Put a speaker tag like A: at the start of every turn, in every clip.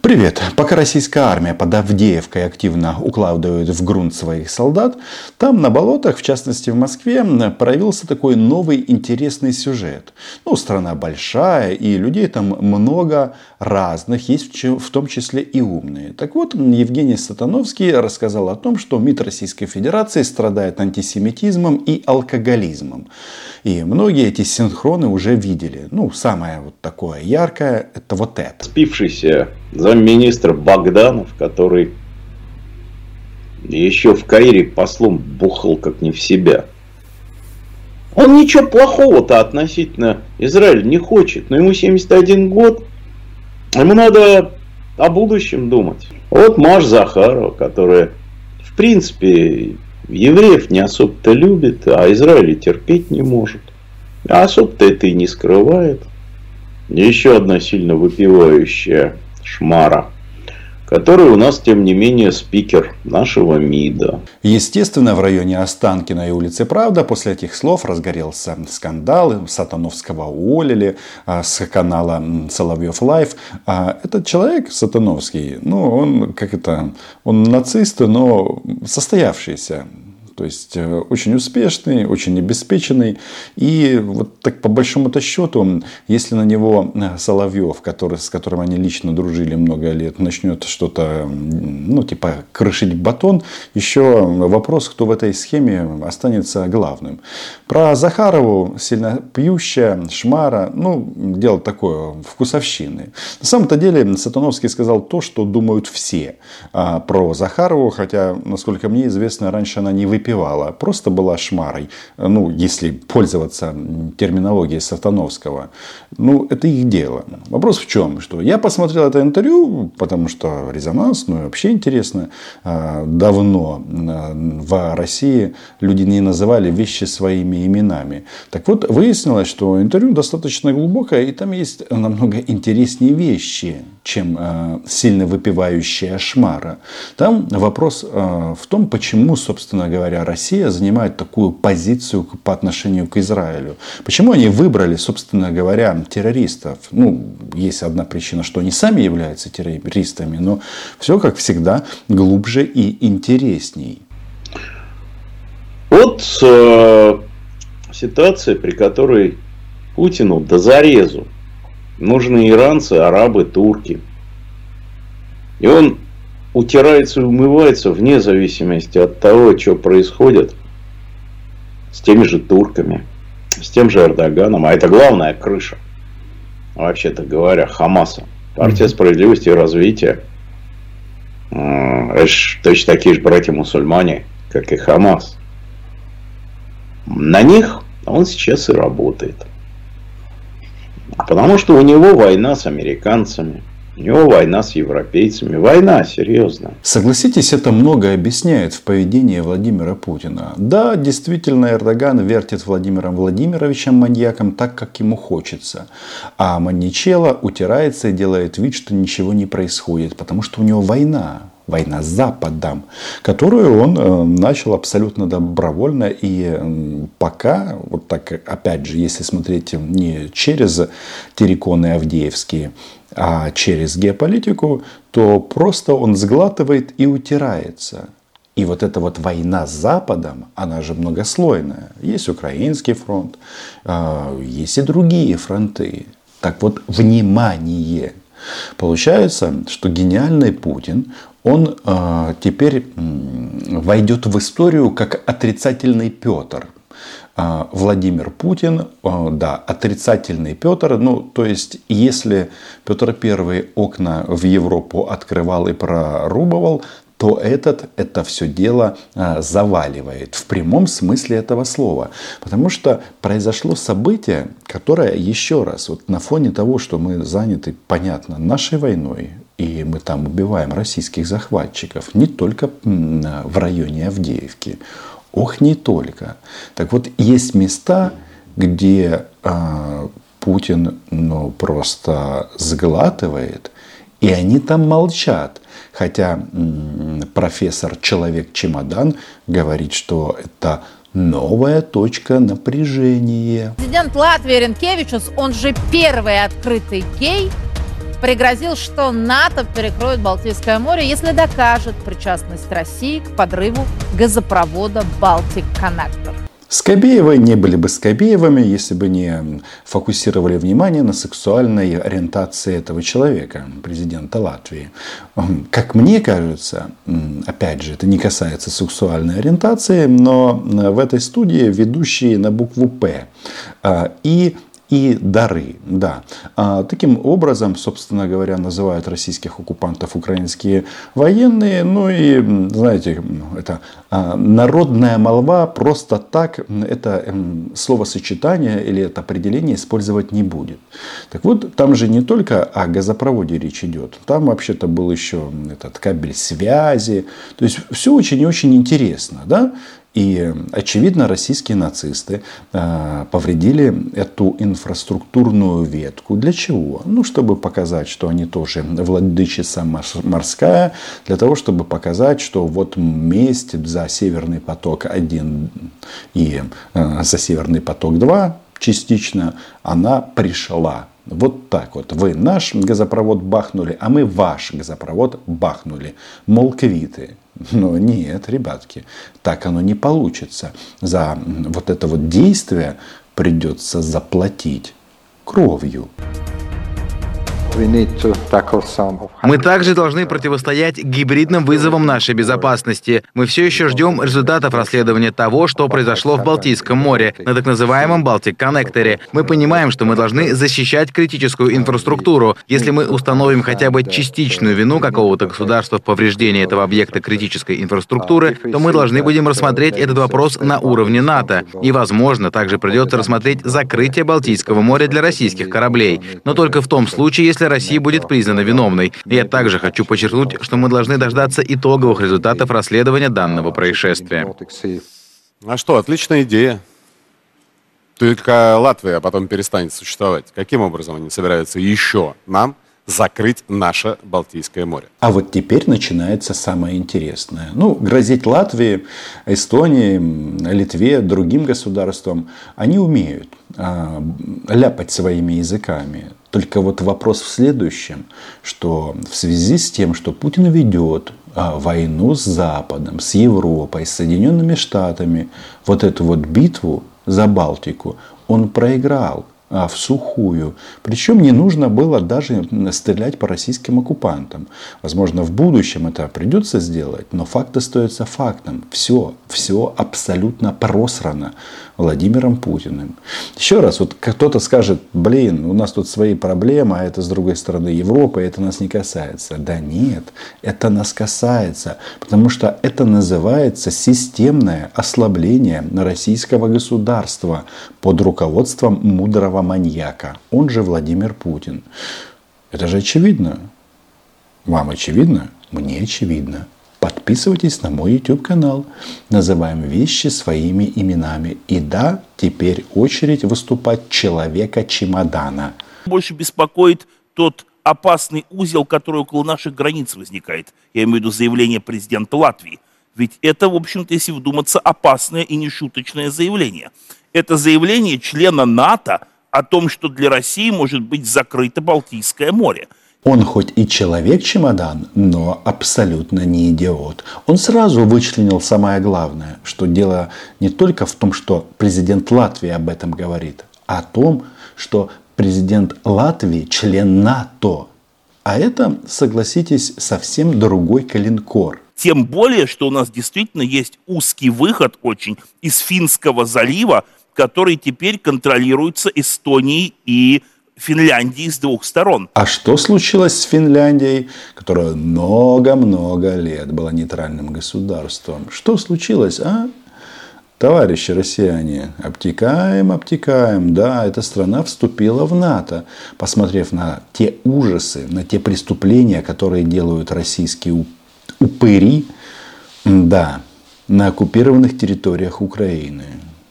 A: Привет! Пока российская армия под Авдеевкой активно укладывает в грунт своих солдат, там на болотах, в частности в Москве, проявился такой новый интересный сюжет. Страна большая, и людей там много разных, есть в том числе и умные. Так вот, Евгений Сатановский рассказал о том, что МИД Российской Федерации страдает антисемитизмом и алкоголизмом. И многие эти синхроны уже видели. Самое вот такое яркое, это вот это.
B: Спившийся замминистра Богданов, который еще в Каире послом бухал как не в себя. Он ничего плохого-то относительно Израиля не хочет. Но ему 71 год. Ему надо о будущем думать. Вот Маша Захарова, которая в принципе евреев не особо-то любит, а Израиля терпеть не может. А особо-то это и не скрывает. Еще одна сильно выпивающая шмара, который у нас, тем не менее, спикер нашего МИДа.
A: Естественно, в районе Останкино и улицы Правда после этих слов разгорелся скандал. Сатановского уволили с канала Соловьев Лайв. Этот человек, Сатановский, он нацист, но состоявшийся. То есть очень успешный, очень обеспеченный. И вот так по большому-то счету, если на него Соловьев, с которым они лично дружили много лет, начнет что-то, крышить батон, еще вопрос, кто в этой схеме останется главным. Про Захарову, сильно пьющая, шмара, дело такое, вкусовщины. На самом-то деле Сатановский сказал то, что думают все про Захарову, хотя, насколько мне известно, раньше она не выпивала. Просто была шмарой. Если пользоваться терминологией Сатановского. Это их дело. Вопрос в чем? Что я посмотрел это интервью, потому что резонанс, и вообще интересно. Давно в России люди не называли вещи своими именами. Так вот, выяснилось, что интервью достаточно глубокое, и там есть намного интереснее вещи, чем сильно выпивающая шмара. Там вопрос в том, почему, собственно говоря, Россия занимает такую позицию по отношению к Израилю. Почему они выбрали, собственно говоря, террористов? Есть одна причина, что они сами являются террористами, но все, как всегда, глубже и интересней.
B: Вот ситуация, при которой Путину до зарезу нужны иранцы, арабы, турки. И он утирается и умывается вне зависимости от того, что происходит с теми же турками, с тем же Эрдоганом. А это главная крыша, вообще-то говоря, Хамаса. Партия справедливости и развития. Это точно такие же братья-мусульмане, как и Хамас. На них он сейчас и работает. Потому что у него война с американцами. У него война с европейцами. Война серьезная.
A: Согласитесь, это многое объясняет в поведении Владимира Путина. Да, действительно, Эрдоган вертит Владимиром Владимировичем маньяком так, как ему хочется. А Манничелло утирается и делает вид, что ничего не происходит. Потому что у него война. Война с Западом, которую он начал абсолютно добровольно. И пока, вот так, опять же, если смотреть не через терриконы авдеевские, а через геополитику, то просто он сглатывает и утирается. И вот эта вот война с Западом, она же многослойная. Есть украинский фронт, есть и другие фронты. Так вот, внимание! Получается, что гениальный Путин, он теперь войдет в историю как отрицательный Петр. Владимир Путин, отрицательный Петр. То есть, если Петр I окна в Европу открывал и прорубывал, то это все дело заваливает в прямом смысле этого слова. Потому что произошло событие, которое, еще раз, вот на фоне того, что мы заняты, понятно, нашей войной, и мы там убиваем российских захватчиков, не только в районе Авдеевки, не только. Так вот, есть места, где Путин просто сглатывает, и они там молчат. Хотя профессор Человек-чемодан говорит, что это новая точка напряжения.
C: Президент Латвии Ринкевичус, он же первый открытый гей, пригрозил, что НАТО перекроет Балтийское море, если докажет причастность России к подрыву газопровода «Балтик-Коннектор».
A: Скобеевы не были бы Скобеевыми, если бы не фокусировали внимание на сексуальной ориентации этого человека, президента Латвии. Как мне кажется, опять же, это не касается сексуальной ориентации, но в этой студии ведущие на букву «П» и дары. Да. Таким образом, собственно говоря, называют российских оккупантов украинские военные. Ну и, знаете, это народная молва просто так это словосочетание или это определение использовать не будет. Так вот, там же не только о газопроводе речь идет. Там вообще-то был еще этот кабель связи. То есть все очень и очень интересно, да? И, очевидно, российские нацисты повредили эту инфраструктурную ветку. Для чего? Ну, чтобы показать, что они тоже владычица морская. Для того, чтобы показать, что вот месть за Северный поток-1 и за Северный поток-2 частично она пришла. Вот так вот. Вы наш газопровод бахнули, а мы ваш газопровод бахнули. Мол, квиты. Но нет, ребятки, так оно не получится. За вот это вот действие придется заплатить кровью.
D: Мы также должны противостоять гибридным вызовам нашей безопасности. Мы все еще ждем результатов расследования того, что произошло в Балтийском море, на так называемом Балтик-Коннекторе. Мы понимаем, что мы должны защищать критическую инфраструктуру. Если мы установим хотя бы частичную вину какого-то государства в повреждении этого объекта критической инфраструктуры, то мы должны будем рассмотреть этот вопрос на уровне НАТО. И, возможно, также придется рассмотреть закрытие Балтийского моря для российских кораблей. Но только в том случае, если Россия будет признана виновной. Я также хочу подчеркнуть, что мы должны дождаться итоговых результатов расследования данного происшествия.
E: А что, отличная идея. Только Латвия потом перестанет существовать. Каким образом они собираются еще нам закрыть наше Балтийское море?
A: А вот теперь начинается самое интересное. Ну, грозить Латвии, Эстонии, Литве, другим государствам они умеют ляпать своими языками. Только вот вопрос в следующем, что в связи с тем, что Путин ведет войну с Западом, с Европой, с Соединенными Штатами, вот эту вот битву за Балтику он проиграл в сухую. Причем не нужно было даже стрелять по российским оккупантам. Возможно, в будущем это придется сделать, но факт остается фактом. Все абсолютно просрано Владимиром Путиным. Еще раз, вот кто-то скажет, блин, у нас тут свои проблемы, а это с другой стороны Европа, и это нас не касается. Да нет, это нас касается, потому что это называется системное ослабление российского государства под руководством мудрого маньяка, он же Владимир Путин. Это же очевидно. Вам очевидно? Мне очевидно. Подписывайтесь на мой YouTube-канал. Называем вещи своими именами. И да, теперь очередь выступать человека-чемодана.
F: Больше беспокоит тот опасный узел, который около наших границ возникает. Я имею в виду заявление президента Латвии. Ведь это, в общем-то, если вдуматься, опасное и нешуточное заявление. Это заявление члена НАТО о том, что для России может быть закрыто Балтийское море.
A: Он хоть и человек-чемодан, но абсолютно не идиот. Он сразу вычленил самое главное, что дело не только в том, что президент Латвии об этом говорит, а о том, что президент Латвии член НАТО. А это, согласитесь, совсем другой калинкор.
F: Тем более, что у нас действительно есть узкий выход очень из Финского залива, который теперь контролируется Эстонией и Финляндией с двух сторон.
A: А что случилось с Финляндией, которая много-много лет была нейтральным государством? Что случилось, а? Товарищи россияне, обтекаем. Да, эта страна вступила в НАТО, посмотрев на те ужасы, на те преступления, которые делают российские упыри, да, на оккупированных территориях Украины.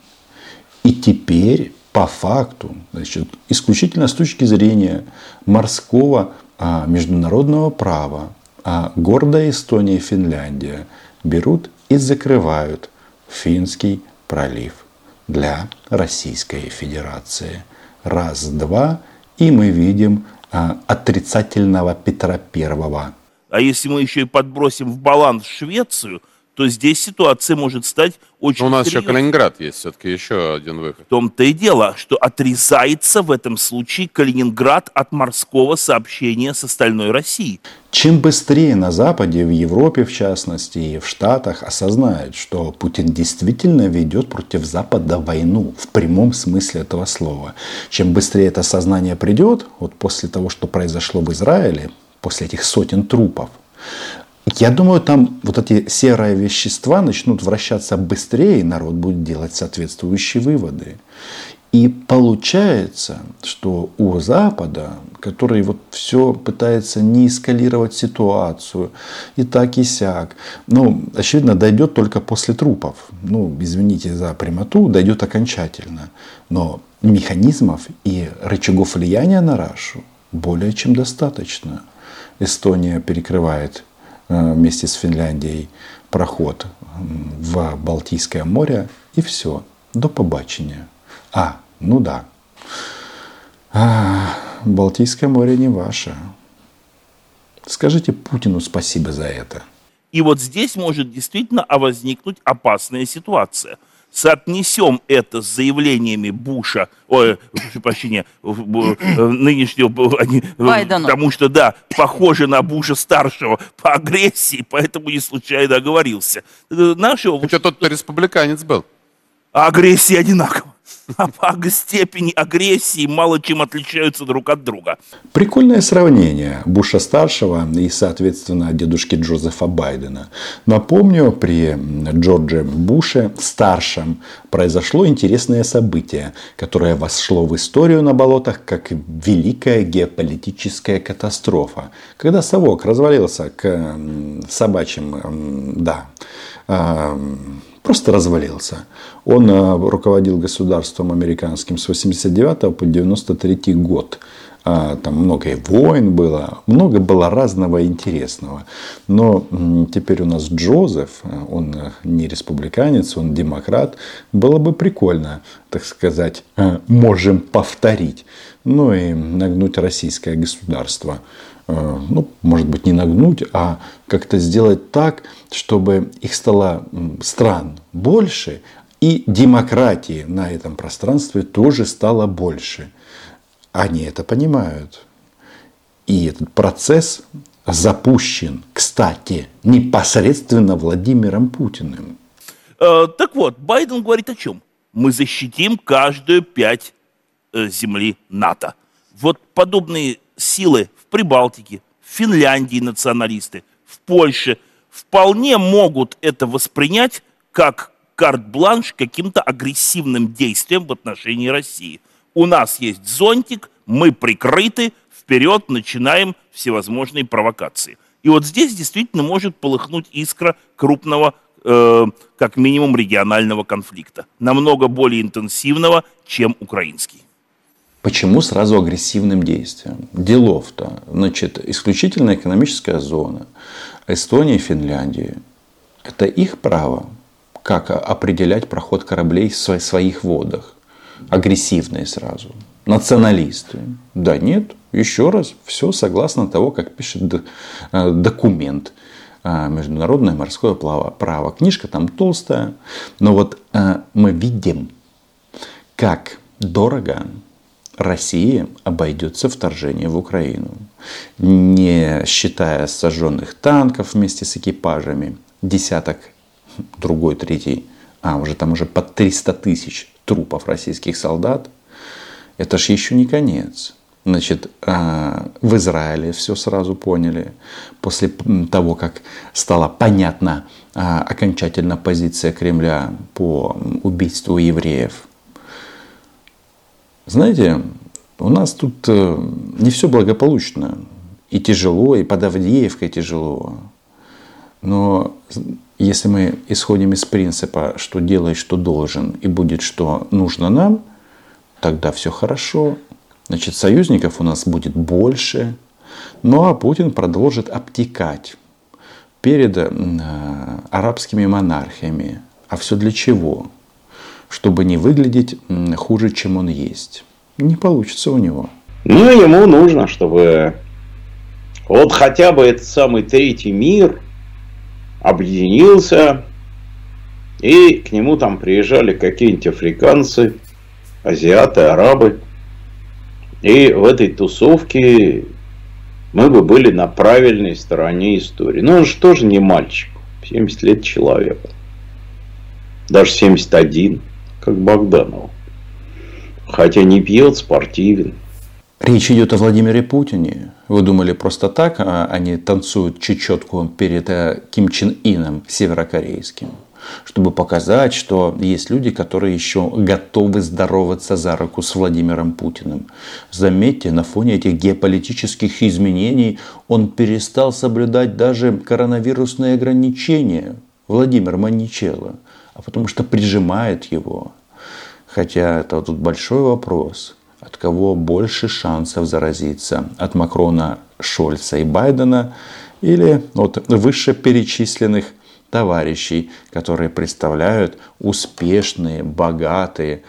A: И теперь, по факту, значит, исключительно с точки зрения морского международного права, гордая Эстония и Финляндия берут и закрывают Финский пролив для Российской Федерации. Раз, два, и мы видим отрицательного Петра Первого.
F: А если мы еще и подбросим в баланс Швецию, то здесь ситуация может стать очень
E: У нас еще
F: серьезной.
E: Калининград есть, все-таки еще один выход.
F: В том-то и дело, что отрезается в этом случае Калининград от морского сообщения с остальной Россией.
A: Чем быстрее на Западе, в Европе в частности и в Штатах осознают, что Путин действительно ведет против Запада войну в прямом смысле этого слова, чем быстрее это сознание придет, вот после того, что произошло в Израиле, после этих сотен трупов, я думаю, там вот эти серые вещества начнут вращаться быстрее, и народ будет делать соответствующие выводы. И получается, что у Запада, который вот все пытается не эскалировать ситуацию, и так и сяк, очевидно, дойдет только после трупов. Извините за прямоту, дойдет окончательно. Но механизмов и рычагов влияния на Рашу более чем достаточно. Эстония перекрывает вместе с Финляндией проход в Балтийское море, и все, до побачення. Балтийское море не ваше. Скажите Путину спасибо за это.
F: И вот здесь может действительно возникнуть опасная ситуация. Соотнесем это с заявлениями Буша, нынешнего,
C: Байдена.
F: Потому что, да, похоже на Буша старшего по агрессии, поэтому не случайно оговорился.
E: Хотя тот-то республиканец был.
F: Агрессия одинакова. А по степени агрессии мало чем отличаются друг от друга.
A: Прикольное сравнение Буша-старшего и, соответственно, дедушки Джозефа Байдена. Напомню, при Джордже Буше-старшем произошло интересное событие, которое вошло в историю на болотах как великая геополитическая катастрофа. Когда совок развалился к собачьим, просто развалился. Он руководил государством американским с 89 по 93 год. Там много и войн было, много было разного интересного. Но теперь у нас Джозеф, он не республиканец, он демократ. Было бы прикольно, так сказать, можем повторить. И нагнуть российское государство. Может быть, не нагнуть, а как-то сделать так, чтобы их стало стран больше, и демократии на этом пространстве тоже стало больше. Они это понимают. И этот процесс запущен, кстати, непосредственно Владимиром Путиным.
F: Так вот, Байден говорит о чем? Мы защитим каждую пять земли НАТО. Вот подобные силы в Прибалтике, в Финляндии националисты, в Польше вполне могут это воспринять как карт-бланш каким-то агрессивным действием в отношении России. У нас есть зонтик, мы прикрыты, вперед начинаем всевозможные провокации. И вот здесь действительно может полыхнуть искра крупного, как минимум, регионального конфликта. Намного более интенсивного, чем украинский.
A: Почему сразу агрессивным действием? Делов-то. Исключительно экономическая зона. Эстония и Финляндия. Это их право. Как определять проход кораблей в своих водах? Агрессивные сразу. Националисты. Да, нет. Еще раз. Все согласно того, как пишет документ. Международное морское право. Книжка там толстая. Но вот мы видим, как дорого России обойдется вторжение в Украину. Не считая сожженных танков вместе с экипажами, десяток, другой, третий, уже под 300 тысяч трупов российских солдат. Это ж еще не конец. В Израиле все сразу поняли. После того, как стала понятна окончательно позиция Кремля по убийству евреев. Знаете, у нас тут не все благополучно. И тяжело, и под Авдеевкой тяжело. Но если мы исходим из принципа, что делай, что должен, и будет, что нужно нам, тогда все хорошо. Союзников у нас будет больше. А Путин продолжит обтекать перед арабскими монархиями. А все для чего? Чтобы не выглядеть хуже, чем он есть. Не получится у него.
B: Ну, ему нужно, чтобы вот хотя бы этот самый третий мир объединился, и к нему там приезжали какие-нибудь африканцы, азиаты, арабы. И в этой тусовке мы бы были на правильной стороне истории. Но он же тоже не мальчик. 70 лет человеку. Даже 71, как Богданова. Хотя не пьет, спортивен.
A: Речь идет о Владимире Путине. Вы думали просто так, они танцуют чечетку перед Ким Чен Ином северокорейским, чтобы показать, что есть люди, которые еще готовы здороваться за руку с Владимиром Путиным. Заметьте, на фоне этих геополитических изменений он перестал соблюдать даже коронавирусные ограничения, Владимир Манничелло, а потому что прижимает его. Хотя это тут большой вопрос. От кого больше шансов заразиться? От Макрона, Шольца и Байдена или от вышеперечисленных товарищей, которые представляют успешные, богатые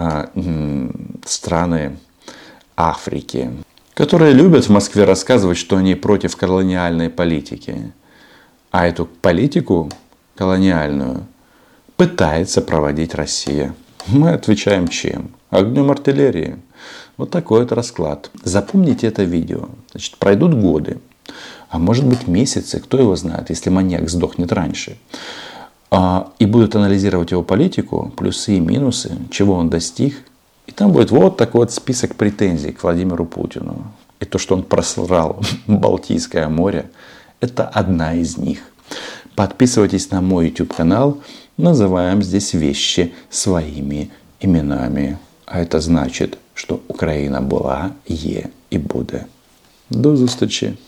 A: страны Африки, которые любят в Москве рассказывать, что они против колониальной политики. А эту политику колониальную пытается проводить Россия. Мы отвечаем чем? Огнем артиллерии. Вот такой вот расклад. Запомните это видео. Значит, пройдут годы. А может быть месяцы, кто его знает, если маньяк сдохнет раньше. И будут анализировать его политику, плюсы и минусы, чего он достиг. И там будет вот такой вот список претензий к Владимиру Путину. И то, что он просрал Балтийское море, это одна из них. Подписывайтесь на мой YouTube канал. Называем здесь вещи своими именами. А это значит, що Україна була, є і буде. До зустрічі!